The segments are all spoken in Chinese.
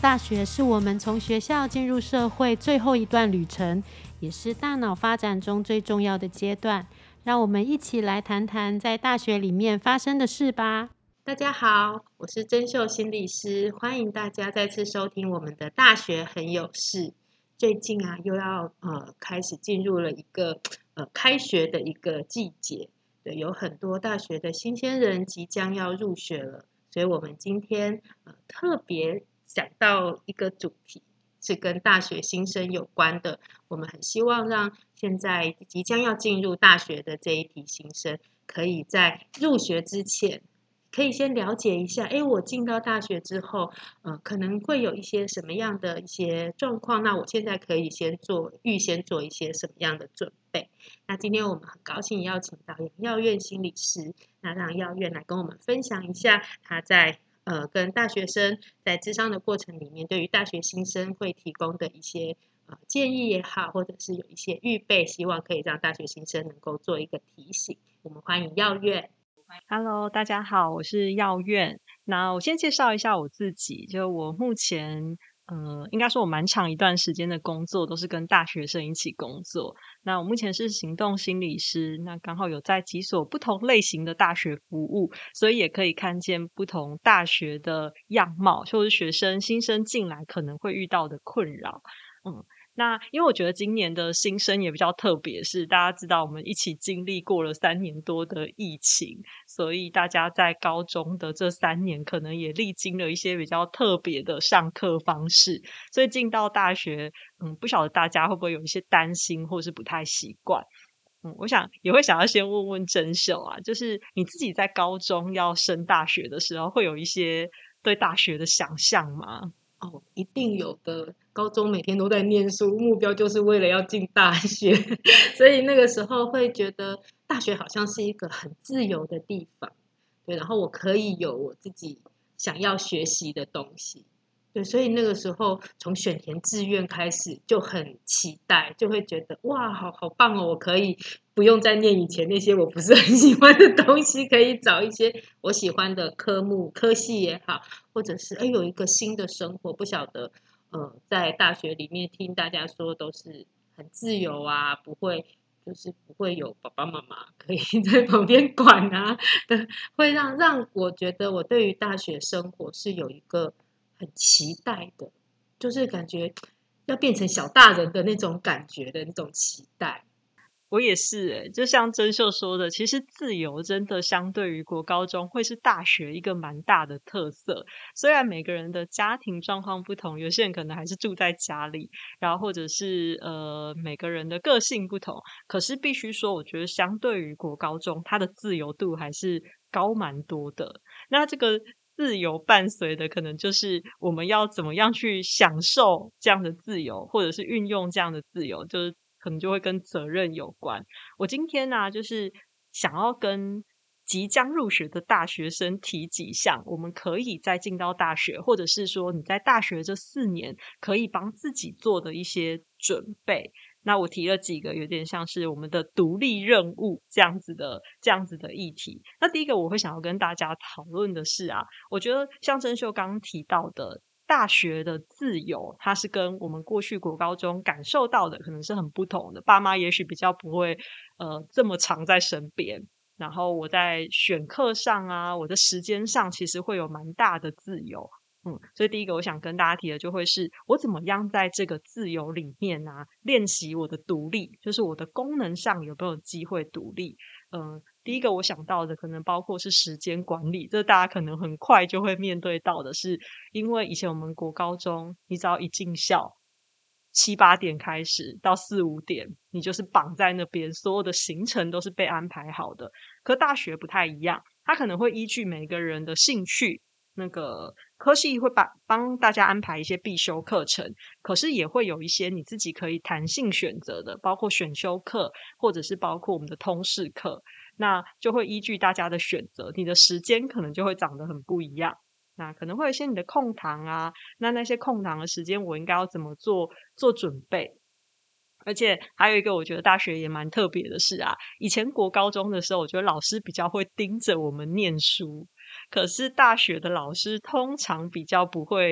大学是我们从学校进入社会最后一段旅程，也是大脑发展中最重要的阶段。让我们一起来谈谈在大学里面发生的事吧。大家好，我是珍秀心理师，欢迎大家再次收听我们的大学很有事。最近又要开始进入了一个开学的一个季节，对，有很多大学的新鲜人即将要入学了，所以我们今天特别想到一个主题，是跟大学新生有关的。我们很希望让现在即将要进入大学的这一批新生，可以在入学之前，可以先了解一下，我进到大学之后，可能会有一些什么样的一些状况，那我现在可以预先做一些什么样的准备。那今天我们很高兴邀请到杨耀院心理师，那让耀院来跟我们分享一下他在跟大学生在諮商的过程里面，对于大学新生会提供的一些建议也好，或者是有一些预备，希望可以让大学新生能够做一个提醒。我们欢迎耀院。 Hello， 大家好，我是耀院。那我先介绍一下我自己，就我目前应该说我蛮长一段时间的工作都是跟大学生一起工作。那我目前是行动心理师，那刚好有在几所不同类型的大学服务，所以也可以看见不同大学的样貌，就是学生新生进来可能会遇到的困扰。那因为我觉得今年的新生也比较特别，是大家知道我们一起经历过了3年多的疫情，所以大家在高中的这3年可能也历经了一些比较特别的上课方式，所以进到大学不晓得大家会不会有一些担心或是不太习惯。我想也会想要先问问珍秀啊，就是你自己在高中要升大学的时候，会有一些对大学的想象吗？ 一定有的。高中每天都在念书，目标就是为了要进大学，所以那个时候会觉得大学好像是一个很自由的地方，对，然后我可以有我自己想要学习的东西，对，所以那个时候从选填志愿开始就很期待，就会觉得哇，好棒哦！我可以不用再念以前那些我不是很喜欢的东西，可以找一些我喜欢的科目、科系也好，或者是有一个新的生活。不晓得在大学里面听大家说都是很自由啊，不会有爸爸妈妈可以在旁边管啊的，会让我觉得我对于大学生活是有一个很期待的，就是感觉要变成小大人的那种感觉的那种期待。 我也是就像珍秀说的，其实自由真的相对于国高中会是大学一个蛮大的特色。虽然每个人的家庭状况不同，有些人可能还是住在家里，然后或者是每个人的个性不同，可是必须说我觉得相对于国高中，它的自由度还是高蛮多的。那这个自由伴随的可能就是我们要怎么样去享受这样的自由，或者是运用这样的自由，就是可能就会跟责任有关。我今天呢，就是想要跟即将入学的大学生提几项我们可以在进到大学，或者是说你在大学这4年可以帮自己做的一些准备。那我提了几个有点像是我们的独立任务这样子的议题。那第一个我会想要跟大家讨论的是我觉得像珍秀刚刚提到的大学的自由，它是跟我们过去国高中感受到的可能是很不同的。爸妈也许比较不会这么常在身边，然后我在选课上我的时间上其实会有蛮大的自由。所以第一个我想跟大家提的就会是我怎么样在这个自由里面练习我的独立，就是我的功能上有没有机会独立。第一个我想到的可能包括是时间管理，这大家可能很快就会面对到的是，因为以前我们国高中你只要一进校7、8点开始到4、5点，你就是绑在那边，所有的行程都是被安排好的。可大学不太一样，它可能会依据每个人的兴趣，那个科系会帮大家安排一些必修课程，可是也会有一些你自己可以弹性选择的，包括选修课，或者是包括我们的通识课，那就会依据大家的选择，你的时间可能就会长得很不一样。那可能会有一些你的空堂那些空堂的时间我应该要怎么做准备。而且还有一个我觉得大学也蛮特别的是以前国高中的时候我觉得老师比较会盯着我们念书，可是大学的老师通常比较不会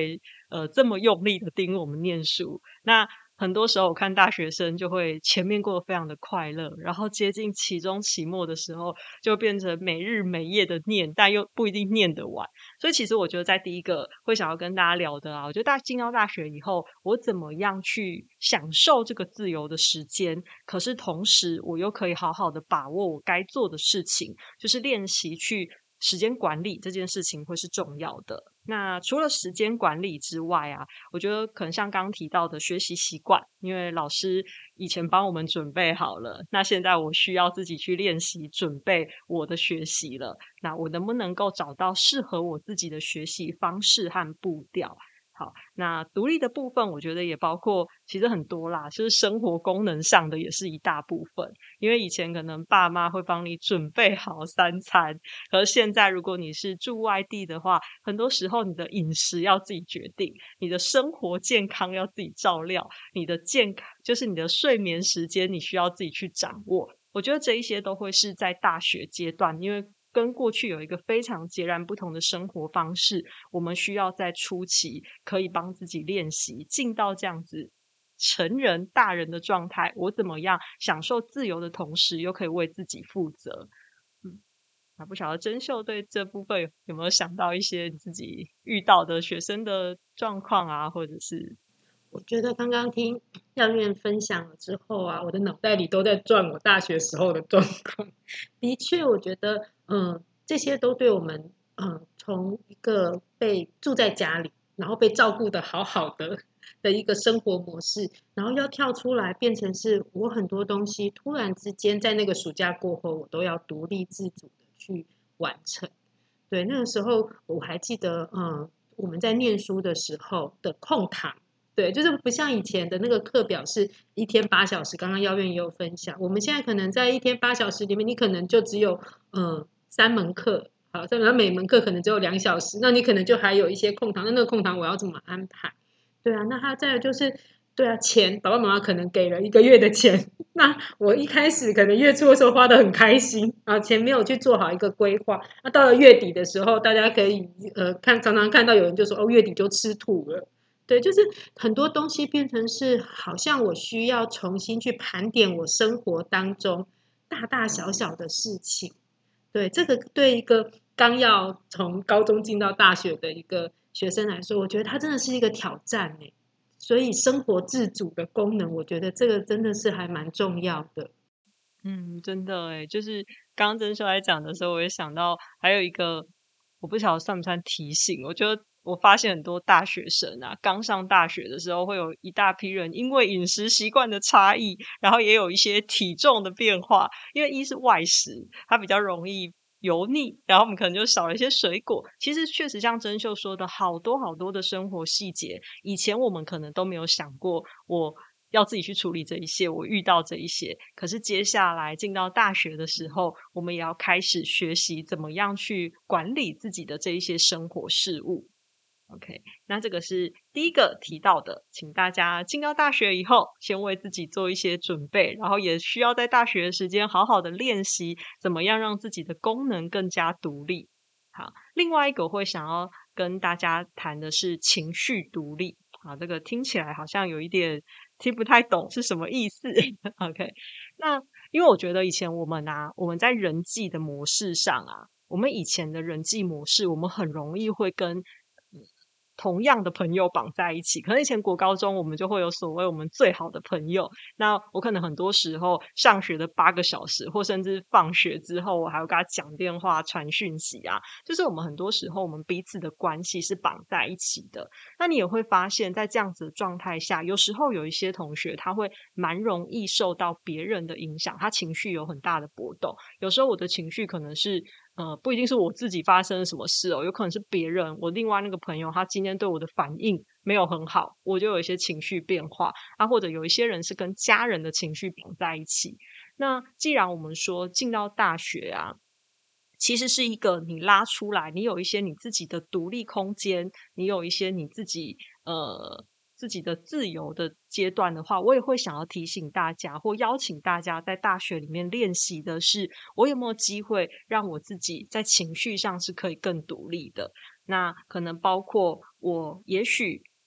这么用力的盯我们念书。那很多时候我看大学生就会前面过得非常的快乐，然后接近期中期末的时候就变成每日每夜的念，但又不一定念得完。所以其实我觉得在第一个会想要跟大家聊的啊，我觉得进到大学以后，我怎么样去享受这个自由的时间，可是同时我又可以好好的把握我该做的事情，就是练习去时间管理这件事情会是重要的。那除了时间管理之外啊，我觉得可能像刚刚提到的学习习惯，因为老师以前帮我们准备好了，那现在我需要自己去练习准备我的学习了。那我能不能够找到适合我自己的学习方式和步调？好，那独立的部分我觉得也包括其实很多啦，就是生活功能上的也是一大部分。因为以前可能爸妈会帮你准备好三餐，可是现在如果你是住外地的话，很多时候你的饮食要自己决定，你的生活健康要自己照料，你的健康就是你的睡眠时间你需要自己去掌握。我觉得这一些都会是在大学阶段，因为跟过去有一个非常截然不同的生活方式，我们需要在初期可以帮自己练习进到这样子成人大人的状态，我怎么样享受自由的同时又可以为自己负责。那不晓得珍秀对这部分有没有想到一些你自己遇到的学生的状况啊，或者是我觉得刚刚听耀院分享了之后啊，我的脑袋里都在转我大学时候的状况。的确，我觉得，这些都对我们，从一个被住在家里，然后被照顾的好好的一个生活模式，然后要跳出来，变成是我很多东西突然之间在那个暑假过后，我都要独立自主的去完成。对，那个时候我还记得，我们在念书的时候的空堂。对，就是不像以前的那个课表是一天8小时，刚刚耀院也有分享。我们现在可能在一天8小时里面，你可能就只有3门课，好，然后每门课可能只有2小时，那你可能就还有一些空堂。那个空堂我要怎么安排？对啊，那他再来就是，对啊，钱爸爸妈妈可能给了1个月的钱，那我一开始可能月初的时候花得很开心啊，钱没有去做好一个规划。那到了月底的时候，大家可以常常看到有人就说哦，月底就吃土了。对，就是很多东西变成是好像我需要重新去盘点我生活当中大大小小的事情。对，这个对一个刚要从高中进到大学的一个学生来说，我觉得它真的是一个挑战呢。所以生活自主的功能，我觉得这个真的是还蛮重要的。 真的诶，就是刚刚珍秀来讲的时候，我也想到还有一个，我不晓得算不算提醒。我觉得我发现很多大学生啊，刚上大学的时候，会有一大批人因为饮食习惯的差异，然后也有一些体重的变化。因为一是外食，它比较容易油腻，然后我们可能就少了一些水果。其实确实像珍秀说的，好多好多的生活细节，以前我们可能都没有想过，我要自己去处理这一些，我遇到这一些。可是接下来进到大学的时候，我们也要开始学习怎么样去管理自己的这一些生活事务。OK，那这个是第一个提到的，请大家进到大学以后，先为自己做一些准备，然后也需要在大学的时间好好的练习，怎么样让自己的功能更加独立。好，另外一个我会想要跟大家谈的是情绪独立。好，这个听起来好像有一点听不太懂是什么意思。OK，那因为我觉得以前我们在人际的模式上啊，我们以前的人际模式，我们很容易会跟同样的朋友绑在一起。可能以前国高中我们就会有所谓我们最好的朋友，那我可能很多时候上学的8个小时，或甚至放学之后，我还要跟他讲电话传讯息啊，就是我们很多时候我们彼此的关系是绑在一起的。那你也会发现在这样子的状态下，有时候有一些同学他会蛮容易受到别人的影响，他情绪有很大的波动。有时候我的情绪可能是不一定是我自己发生了什么事哦，有可能是别人，我另外那个朋友他今天对我的反应没有很好，我就有一些情绪变化啊，或者有一些人是跟家人的情绪绑在一起。那既然我们说进到大学啊，其实是一个你拉出来，你有一些你自己的独立空间，你有一些你自己的自由的阶段的话，我也会想要提醒大家或邀请大家在大学里面练习的是，我有没有机会让我自己在情绪上是可以更独立的。那可能包括我也许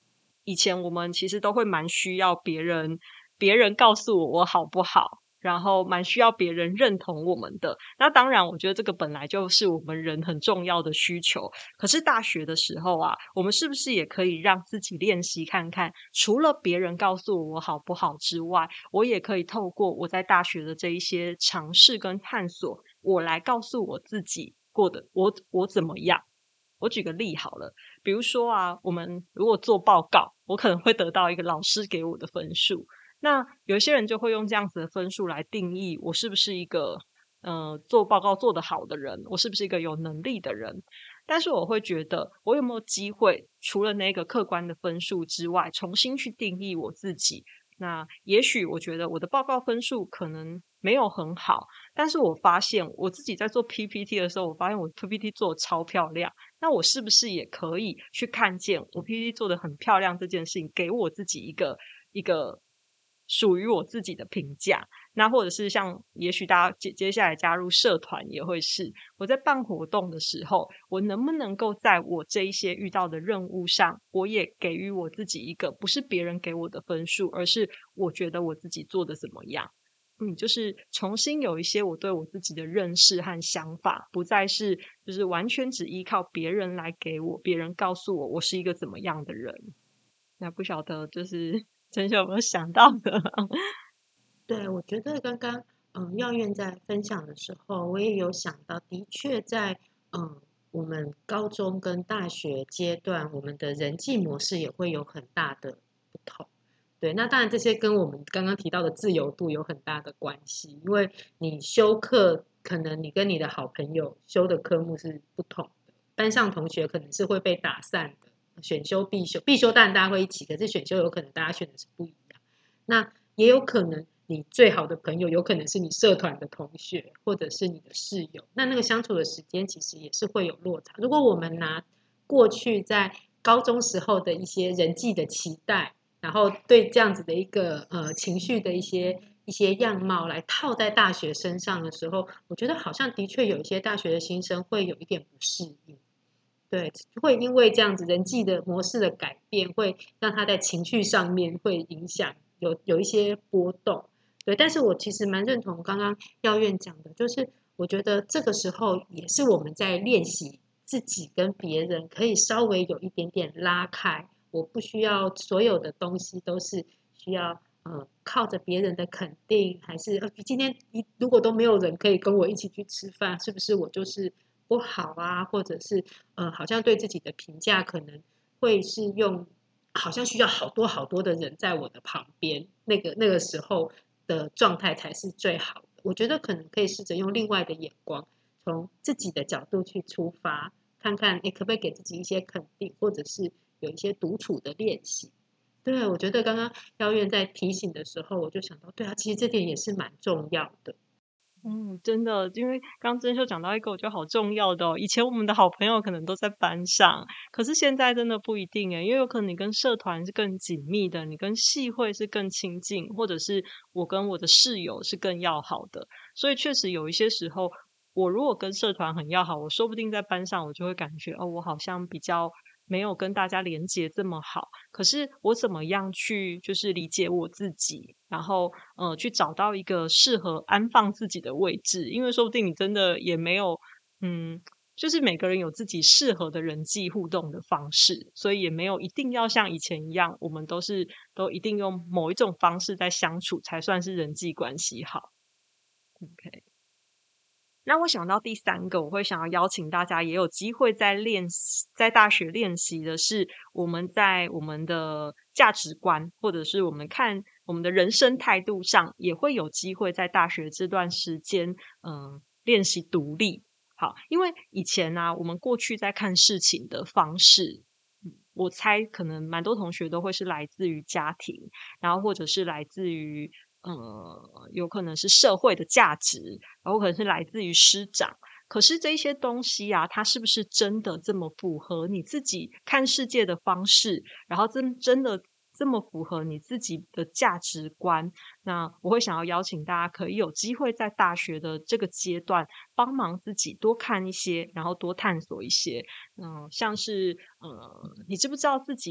以前我们其实都会蛮需要别人告诉我好不好，然后蛮需要别人认同我们的。那当然我觉得这个本来就是我们人很重要的需求，可是大学的时候啊，我们是不是也可以让自己练习看看，除了别人告诉我好不好之外，我也可以透过我在大学的这一些尝试跟探索，我来告诉我自己过得我怎么样。我举个例好了，比如说啊，我们如果做报告，我可能会得到一个老师给我的分数，那有一些人就会用这样子的分数来定义我是不是一个做报告做得好的人，我是不是一个有能力的人。但是我会觉得我有没有机会除了那个客观的分数之外，重新去定义我自己。那也许我觉得我的报告分数可能没有很好，但是我发现我自己在做 PPT 的时候，我发现我 PPT 做得超漂亮，那我是不是也可以去看见我 PPT 做得很漂亮这件事情，给我自己一个属于我自己的评价。那或者是像也许大家接下来加入社团也会是，我在办活动的时候，我能不能够在我这一些遇到的任务上，我也给予我自己一个不是别人给我的分数，而是我觉得我自己做的怎么样。就是重新有一些我对我自己的认识和想法，不再是就是完全只依靠别人来给我，别人告诉我我是一个怎么样的人。那不晓得就是陈秀有没有想到的？ 对，我觉得刚刚耀院在分享的时候，我也有想到，的确在我们高中跟大学阶段，我们的人际模式也会有很大的不同。对，那当然这些跟我们刚刚提到的自由度有很大的关系，因为你修课，可能你跟你的好朋友修的科目是不同的，班上同学可能是会被打散的，选修必修，必修当然大家会一起，可是选修有可能大家选的是不一样。那也有可能你最好的朋友有可能是你社团的同学，或者是你的室友，那个相处的时间其实也是会有落差。如果我们拿过去在高中时候的一些人际的期待，然后对这样子的一个情绪的一些样貌来套在大学身上的时候，我觉得好像的确有一些大学的新生会有一点不适应。对，会因为这样子人际的模式的改变，会让他在情绪上面会影响，有一些波动。对，但是我其实蛮认同刚刚耀院讲的，就是我觉得这个时候也是我们在练习自己跟别人可以稍微有一点点拉开，我不需要所有的东西都是需要靠着别人的肯定，还是今天如果都没有人可以跟我一起去吃饭，是不是我就是不好啊？或者是好像对自己的评价可能会是用好像需要好多好多的人在我的旁边，那个时候的状态才是最好的。我觉得可能可以试着用另外的眼光，从自己的角度去出发，看看可不可以给自己一些肯定，或者是有一些独处的练习。对，我觉得刚刚耀院在提醒的时候，我就想到，对啊，其实这点也是蛮重要的。 真的，因为刚真秀讲到一个我觉得好重要的以前我们的好朋友可能都在班上，可是现在真的不一定因为有可能你跟社团是更紧密的，你跟系会是更亲近，或者是我跟我的室友是更要好的，所以确实有一些时候，我如果跟社团很要好，我说不定在班上我就会感觉我好像比较没有跟大家连结这么好，可是我怎么样去就是理解我自己，然后去找到一个适合安放自己的位置，因为说不定你真的也没有就是每个人有自己适合的人际互动的方式，所以也没有一定要像以前一样，我们都一定用某一种方式在相处才算是人际关系好。OK。那我想到第三个，我会想要邀请大家也有机会在大学练习的是，我们在我们的价值观，或者是我们看我们的人生态度上，也会有机会在大学这段时间，练习独立。好，因为以前啊，我们过去在看事情的方式，我猜可能蛮多同学都会是来自于家庭，然后或者是来自于有可能是社会的价值，然后可能是来自于师长。可是这些东西啊，它是不是真的这么符合你自己看世界的方式，然后真的这么符合你自己的价值观？那我会想要邀请大家可以有机会在大学的这个阶段帮忙自己多看一些，然后多探索一些。像是你知不知道自己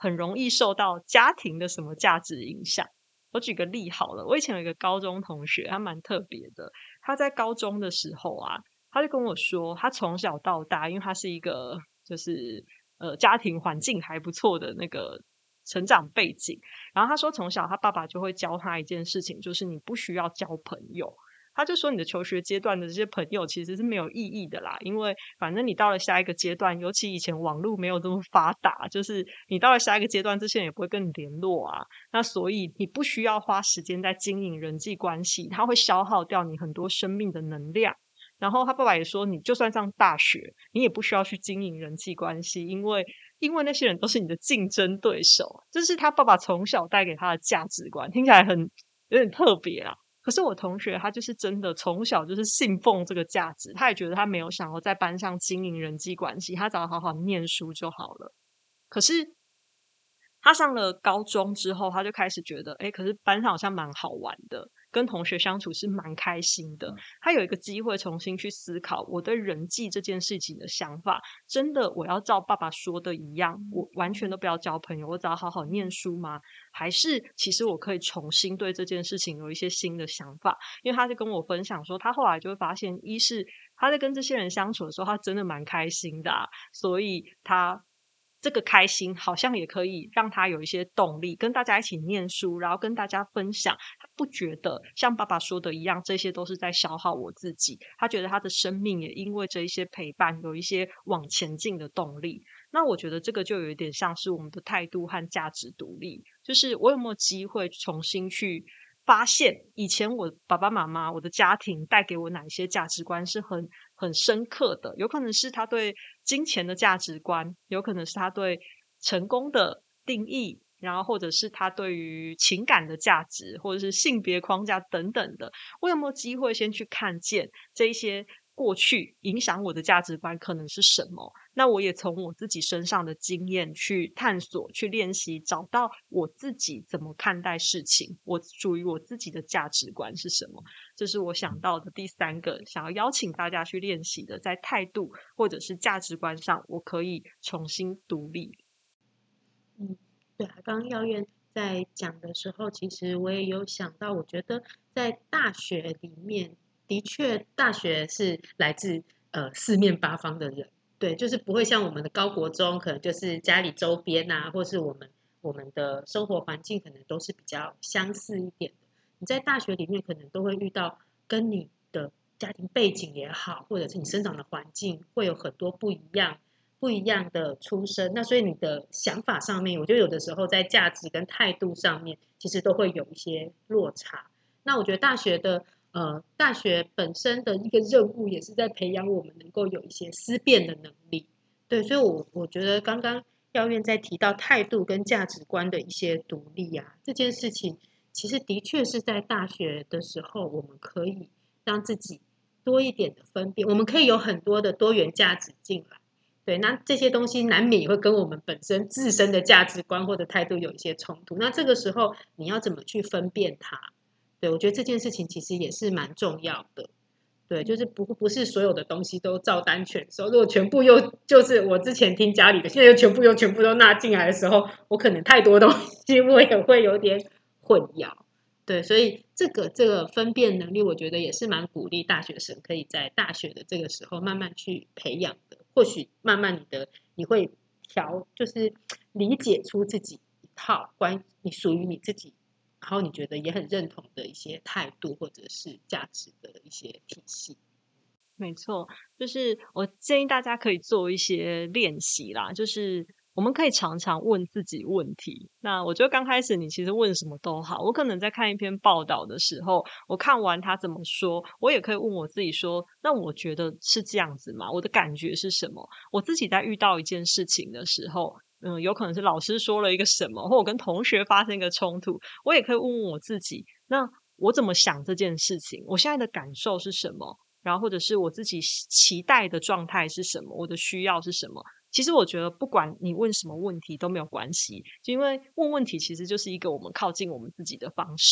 很容易受到家庭的什么价值影响。我举个例好了，我以前有一个高中同学，他蛮特别的。他在高中的时候啊，他就跟我说，他从小到大，因为他是一个就是家庭环境还不错的那个成长背景，然后他说从小他爸爸就会教他一件事情，就是你不需要交朋友。他就说你的求学阶段的这些朋友其实是没有意义的啦，因为反正你到了下一个阶段，尤其以前网络没有这么发达，就是你到了下一个阶段，这些人也不会跟你联络啊，那所以你不需要花时间在经营人际关系，它会消耗掉你很多生命的能量。然后他爸爸也说，你就算上大学，你也不需要去经营人际关系，因为那些人都是你的竞争对手。这是他爸爸从小带给他的价值观，听起来有点特别啦。可是我同学他就是真的从小就是信奉这个价值，他也觉得他没有想要在班上经营人际关系，他只要好好念书就好了。可是他上了高中之后，他就开始觉得可是班上好像蛮好玩的，跟同学相处是蛮开心的。他有一个机会重新去思考我对人际这件事情的想法，真的我要照爸爸说的一样，我完全都不要交朋友，我只要好好念书吗？还是其实我可以重新对这件事情有一些新的想法？因为他就跟我分享说，他后来就会发现，一是他在跟这些人相处的时候，他真的蛮开心的所以他这个开心好像也可以让他有一些动力，跟大家一起念书，然后跟大家分享。他不觉得像爸爸说的一样，这些都是在消耗我自己。他觉得他的生命也因为这一些陪伴，有一些往前进的动力。那我觉得这个就有一点像是我们的态度和价值独立，就是我有没有机会重新去发现以前我爸爸妈妈我的家庭带给我哪一些价值观是很深刻的，有可能是他对金钱的价值观，有可能是他对成功的定义，然后或者是他对于情感的价值，或者是性别框架等等的。我有没有机会先去看见这一些过去影响我的价值观可能是什么？那我也从我自己身上的经验去探索、去练习，找到我自己怎么看待事情，我属于我自己的价值观是什么。这是我想到的第三个想要邀请大家去练习的，在态度或者是价值观上，我可以重新独立。 对啊，刚刚耀院在讲的时候，其实我也有想到，我觉得在大学里面，的确大学是来自四面八方的人，对，就是不会像我们的高国中，可能就是家里周边啊，或是我们的生活环境可能都是比较相似一点的。你在大学里面可能都会遇到跟你的家庭背景也好，或者是你生长的环境会有很多不一样的出身，那所以你的想法上面，我觉得有的时候在价值跟态度上面，其实都会有一些落差。那我觉得大学本身的一个任务，也是在培养我们能够有一些思辨的能力。对，所以我觉得刚刚耀院在提到态度跟价值观的一些独立啊，这件事情其实的确是在大学的时候，我们可以让自己多一点的分辨，我们可以有很多的多元价值进来。对，那这些东西难免也会跟我们本身自身的价值观或者态度有一些冲突。那这个时候你要怎么去分辨它？对，我觉得这件事情其实也是蛮重要的。对，就是不是所有的东西都照单全收。如果全部就是我之前听家里的，现在又全部都纳进来的时候，我可能太多东西我也会有点混淆。对，所以这个分辨能力，我觉得也是蛮鼓励大学生可以在大学的这个时候慢慢去培养的。或许慢慢你会就是理解出自己一套你属于你自己，然后你觉得也很认同的一些态度或者是价值的一些体系。 没错，就是我建议大家可以做一些练习啦，就是我们可以常常问自己问题。那我觉得刚开始你其实问什么都好，我可能在看一篇报道的时候，我看完他怎么说，我也可以问我自己说，那我觉得是这样子吗？我的感觉是什么？我自己在遇到一件事情的时候，有可能是老师说了一个什么，或我跟同学发生一个冲突，我也可以问问我自己，那我怎么想这件事情？我现在的感受是什么？然后或者是我自己期待的状态是什么，我的需要是什么。其实我觉得不管你问什么问题都没有关系，就因为问问题其实就是一个我们靠近我们自己的方式。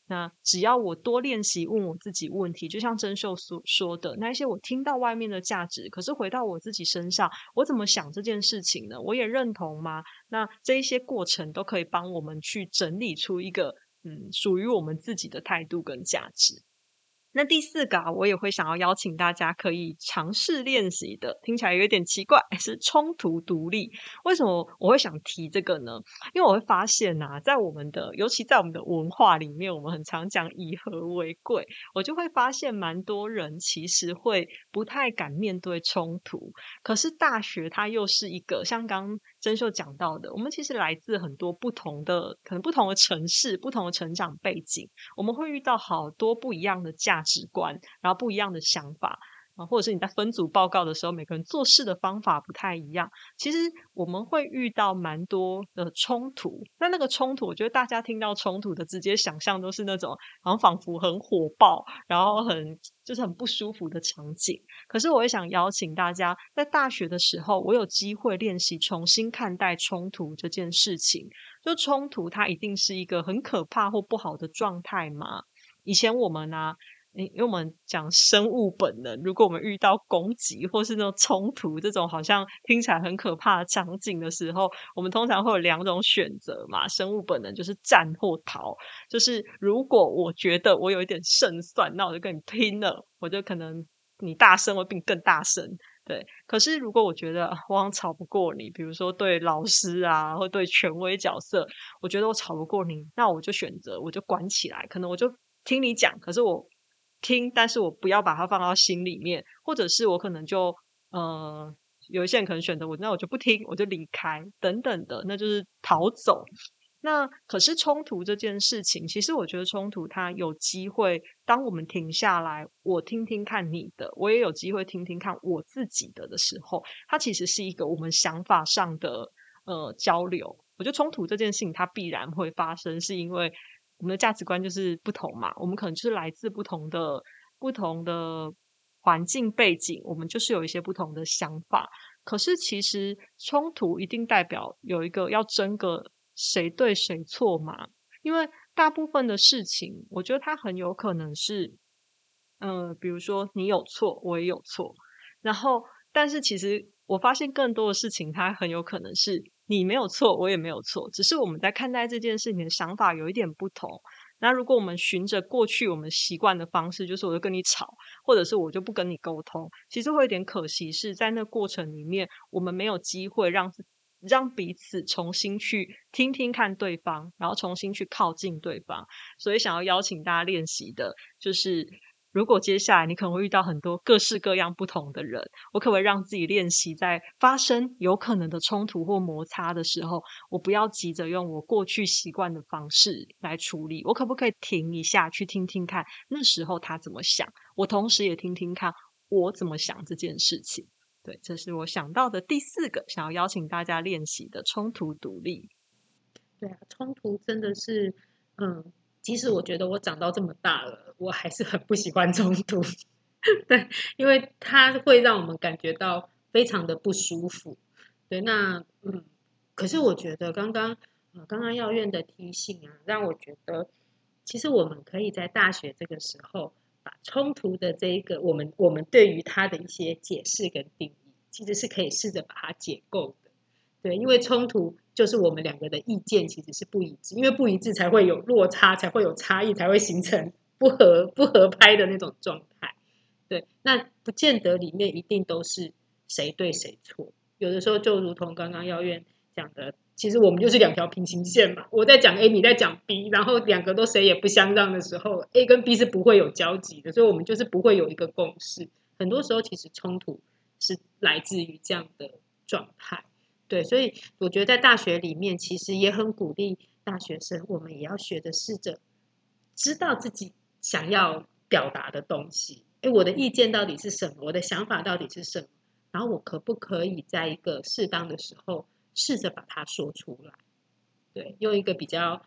那只要我多练习问我自己问题，就像珍秀所说的，那一些我听到外面的价值，可是回到我自己身上，我怎么想这件事情呢？我也认同吗？那这一些过程都可以帮我们去整理出一个属于我们自己的态度跟价值。那第四个我也会想要邀请大家可以尝试练习的，听起来有点奇怪，是冲突独立。为什么我会想提这个呢？因为我会发现在我们的尤其在我们的文化里面，我们很常讲以和为贵，我就会发现蛮多人其实会不太敢面对冲突。可是大学它又是一个像刚珍秀讲到的，我们其实来自很多不同的可能不同的城市，不同的成长背景，我们会遇到好多不一样的价值观，然后不一样的想法，或者是你在分组报告的时候，每个人做事的方法不太一样。其实我们会遇到蛮多的冲突，那个冲突，我觉得大家听到冲突的直接想象都是那种好像仿佛很火爆，然后就是很不舒服的场景。可是我也想邀请大家，在大学的时候，我有机会练习重新看待冲突这件事情。就冲突它一定是一个很可怕或不好的状态吗？以前我们因为我们讲生物本能，如果我们遇到攻击或是那种冲突这种好像听起来很可怕的场景的时候，我们通常会有2种选择嘛。生物本能就是战或逃，就是如果我觉得我有一点胜算，那我就跟你拼了，我就可能你大声我比你更大声。对，可是如果我觉得我好像吵不过你，比如说对老师或对权威角色，我觉得我吵不过你，那我就选择我就关起来，可能我就听你讲，可是我听，但是我不要把它放到心里面，或者是我可能就有一些人可能选择那我就不听，我就离开等等的，那就是逃走。那可是冲突这件事情，其实我觉得冲突它有机会，当我们停下来，我听听看你的，我也有机会听听看我自己的时候，它其实是一个我们想法上的交流。我觉得冲突这件事情它必然会发生，是因为我们的价值观就是不同嘛，我们可能就是来自不同的环境背景，我们就是有一些不同的想法。可是其实冲突一定代表有一个要争个谁对谁错嘛？因为大部分的事情，我觉得它很有可能是，比如说你有错，我也有错，然后但是其实我发现更多的事情，它很有可能是你没有错，我也没有错，只是我们在看待这件事情的想法有一点不同。那如果我们循着过去我们习惯的方式，就是我就跟你吵，或者是我就不跟你沟通，其实会有点可惜，是在那过程里面，我们没有机会让彼此重新去听听看对方，然后重新去靠近对方。所以想要邀请大家练习的就是，如果接下来你可能会遇到很多各式各样不同的人，我可不可以让自己练习在发生有可能的冲突或摩擦的时候，我不要急着用我过去习惯的方式来处理，我可不可以停一下去听听看那时候他怎么想，我同时也听听看我怎么想这件事情。对，这是我想到的第4个想要邀请大家练习的冲突独立。 对啊，冲突真的是，即使我觉得我长到这么大了，我还是很不喜欢冲突。对，因为它会让我们感觉到非常的不舒服。对，那可是我觉得刚刚药院的提醒让我觉得，其实我们可以在大学这个时候，把冲突的这一个我们对于它的一些解释跟定义，其实是可以试着把它解构的。对，因为冲突就是我们2个的意见其实是不一致，因为不一致才会有落差，才会有差异，才会形成不合拍的那种状态。对，那不见得里面一定都是谁对谁错，有的时候就如同刚刚药院讲的，其实我们就是2条平行线嘛。我在讲 A， 你在讲 B， 然后2个都谁也不相让的时候 ，A 跟 B 是不会有交集的，所以我们就是不会有一个共识。很多时候其实冲突是来自于这样的状态。对，所以我觉得在大学里面，其实也很鼓励大学生，我们也要学着试着知道自己想要表达的东西。我的意见到底是什么？我的想法到底是什么？然后我可不可以在一个适当的时候，试着把它说出来？对，用一个比较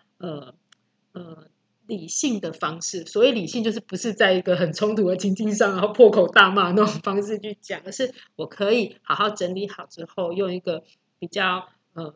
理性的方式。所谓理性，就是不是在一个很冲突的情境上，然后破口大骂那种方式去讲，而是我可以好好整理好之后，用一个比较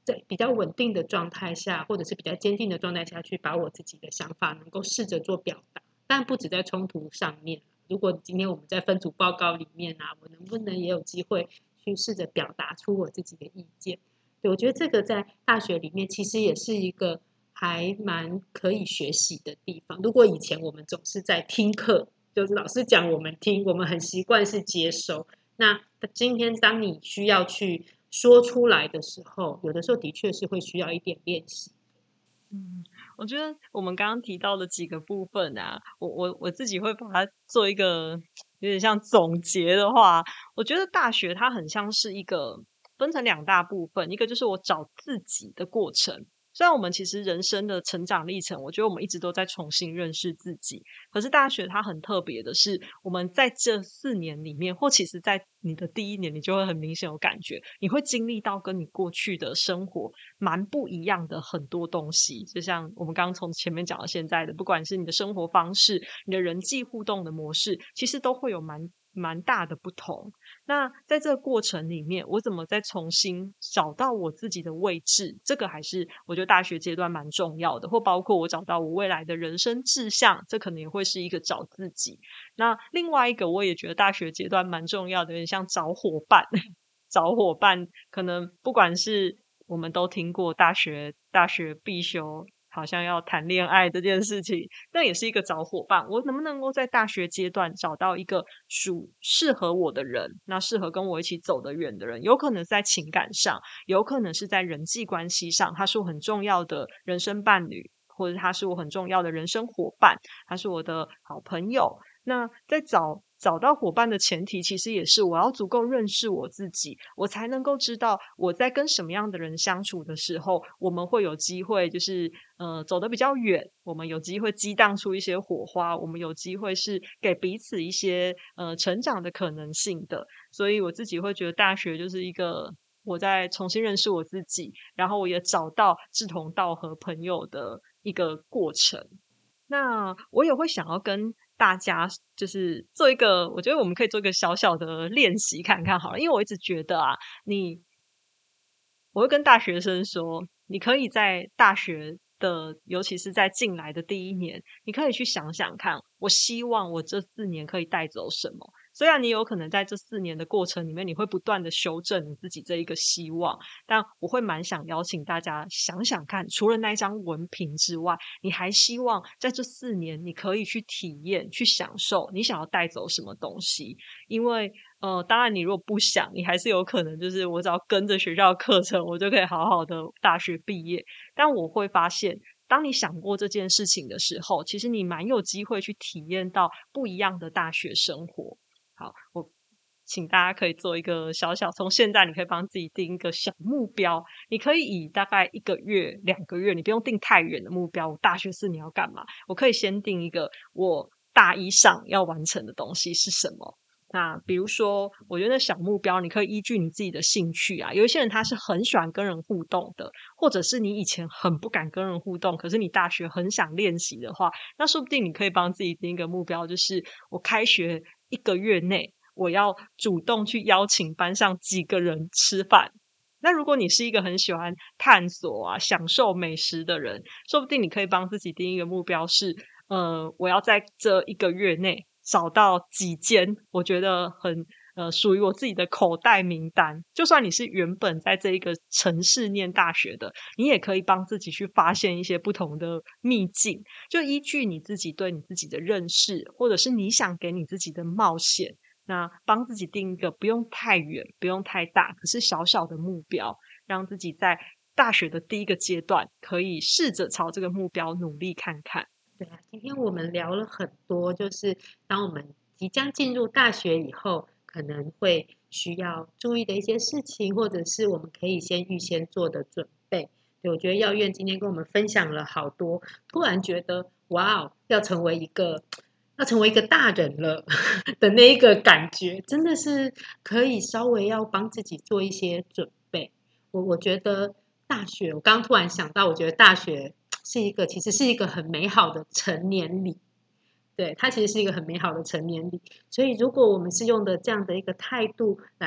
在比较稳定的状态下，或者是比较坚定的状态下去把我自己的想法能够试着做表达，但不止在冲突上面。如果今天我们在分组报告里面啊，我能不能也有机会去试着表达出我自己的意见？对，我觉得这个在大学里面其实也是一个还蛮可以学习的地方。如果以前我们总是在听课，就是老师讲我们听，我们很习惯是接收。那今天当你需要去说出来的时候，有的时候的确是会需要一点练习。 我觉得我们刚刚提到的几个部分啊，我自己会把它做一个有点像总结的话，我觉得大学它很像是一个分成两大部分，一个就是我找自己的过程。虽然我们其实人生的成长历程，我觉得我们一直都在重新认识自己，可是大学它很特别的是，我们在这4年里面，或其实在你的第1年，你就会很明显有感觉，你会经历到跟你过去的生活蛮不一样的很多东西。就像我们刚刚从前面讲到现在的，不管是你的生活方式，你的人际互动的模式，其实都会有蛮大的不同。那在这个过程里面，我怎么再重新找到我自己的位置，这个还是我觉得大学阶段蛮重要的，或包括我找到我未来的人生志向，这可能也会是一个找自己。那另外一个我也觉得大学阶段蛮重要的，有点像找伙伴找伙伴可能不管是我们都听过大学必修好像要谈恋爱这件事情，那也是一个找伙伴。我能不能够在大学阶段找到一个适合我的人，那适合跟我一起走得远的人，有可能是在情感上，有可能是在人际关系上，他是我很重要的人生伴侣，或者他是我很重要的人生伙伴，他是我的好朋友。那在找到伙伴的前提，其实也是我要足够认识我自己，我才能够知道我在跟什么样的人相处的时候，我们会有机会就是走得比较远，我们有机会激荡出一些火花，我们有机会是给彼此一些成长的可能性的。所以我自己会觉得大学就是一个我在重新认识我自己，然后我也找到志同道合朋友的一个过程。那我也会想要跟大家就是做一个，我觉得我们可以做一个小小的练习看看好了，因为我一直觉得啊，我会跟大学生说，你可以在大学的，尤其是在进来的第1年，你可以去想想看，我希望我这4年可以带走什么。虽然你有可能在这4年的过程里面，你会不断的修正你自己这一个希望，但我会蛮想邀请大家想想看，除了那一张文凭之外，你还希望在这4年你可以去体验、去享受你想要带走什么东西。因为当然你如果不想，你还是有可能就是我只要跟着学校的课程，我就可以好好的大学毕业。但我会发现，当你想过这件事情的时候，其实你蛮有机会去体验到不一样的大学生活。好，我请大家可以做一个小小，从现在你可以帮自己定一个小目标，你可以以大概1个月、2个月，你不用定太远的目标。我大学4年要干嘛？我可以先定一个我大1上要完成的东西是什么。那比如说，我觉得小目标你可以依据你自己的兴趣啊，有一些人他是很喜欢跟人互动的，或者是你以前很不敢跟人互动，可是你大学很想练习的话，那说不定你可以帮自己定一个目标，就是我开学1个月内我要主动去邀请班上几个人吃饭。那如果你是一个很喜欢探索啊、享受美食的人，说不定你可以帮自己定一个目标是我要在这1个月内找到几间我觉得很属于我自己的口袋名单。就算你是原本在这一个城市念大学的，你也可以帮自己去发现一些不同的秘境，就依据你自己对你自己的认识，或者是你想给你自己的冒险，那帮自己定一个不用太远、不用太大，可是小小的目标，让自己在大学的第1个阶段可以试着朝这个目标努力看看。 对啊，今天我们聊了很多，就是当我们即将进入大学以后，可能会需要注意的一些事情，或者是我们可以预先做的准备。对，我觉得耀院今天跟我们分享了好多，突然觉得哇哦，要成为一个大人了的那一个感觉，真的是可以稍微要帮自己做一些准备。我觉得大学，我刚刚突然想到，我觉得大学其实是一个很美好的成年礼。对，它其实是一个很美好的成年礼。所以如果我们是用的这样的一个态度来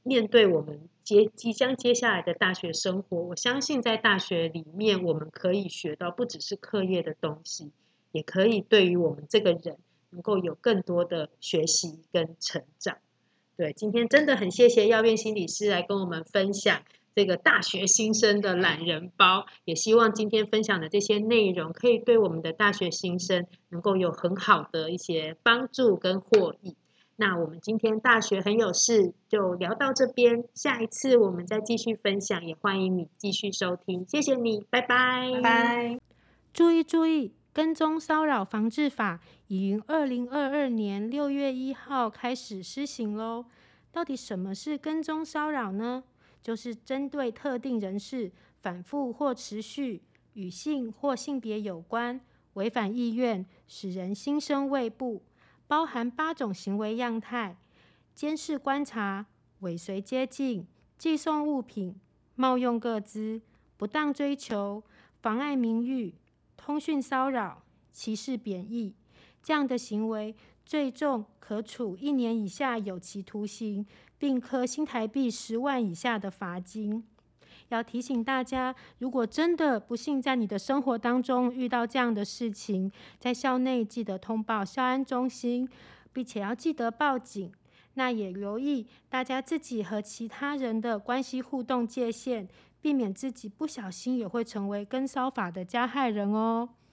面对我们即将接下来的大学生活，我相信在大学里面，我们可以学到不只是课业的东西，也可以对于我们这个人能够有更多的学习跟成长。对，今天真的很谢谢耀院心理师来跟我们分享这个大学新生的懒人包，也希望今天分享的这些内容可以对我们的大学新生能够有很好的一些帮助跟获益。那我们今天大学很有事就聊到这边，下一次我们再继续分享，也欢迎你继续收听，谢谢你，拜拜。 拜拜。 注意注意，跟踪骚扰防治法已于2022年6月1号开始施行咯。到底什么是跟踪骚扰呢？就是针对特定人士反复或持续与性或性别有关、违反意愿、使人心生畏怖，包含8种行为样态：监视观察、尾随接近、寄送物品、冒用个资、不当追求、妨碍名誉、通讯骚扰、歧视贬义。这样的行为最重可处1年以下有期徒刑，并科新台币10万以下的罚金。要提醒大家，如果真的不幸在你的生活当中遇到这样的事情，在校内记得通报校安中心，并且要记得报警。那也留意大家自己和其他人的关系互动界限，避免自己不小心也会成为跟骚法的加害人哦。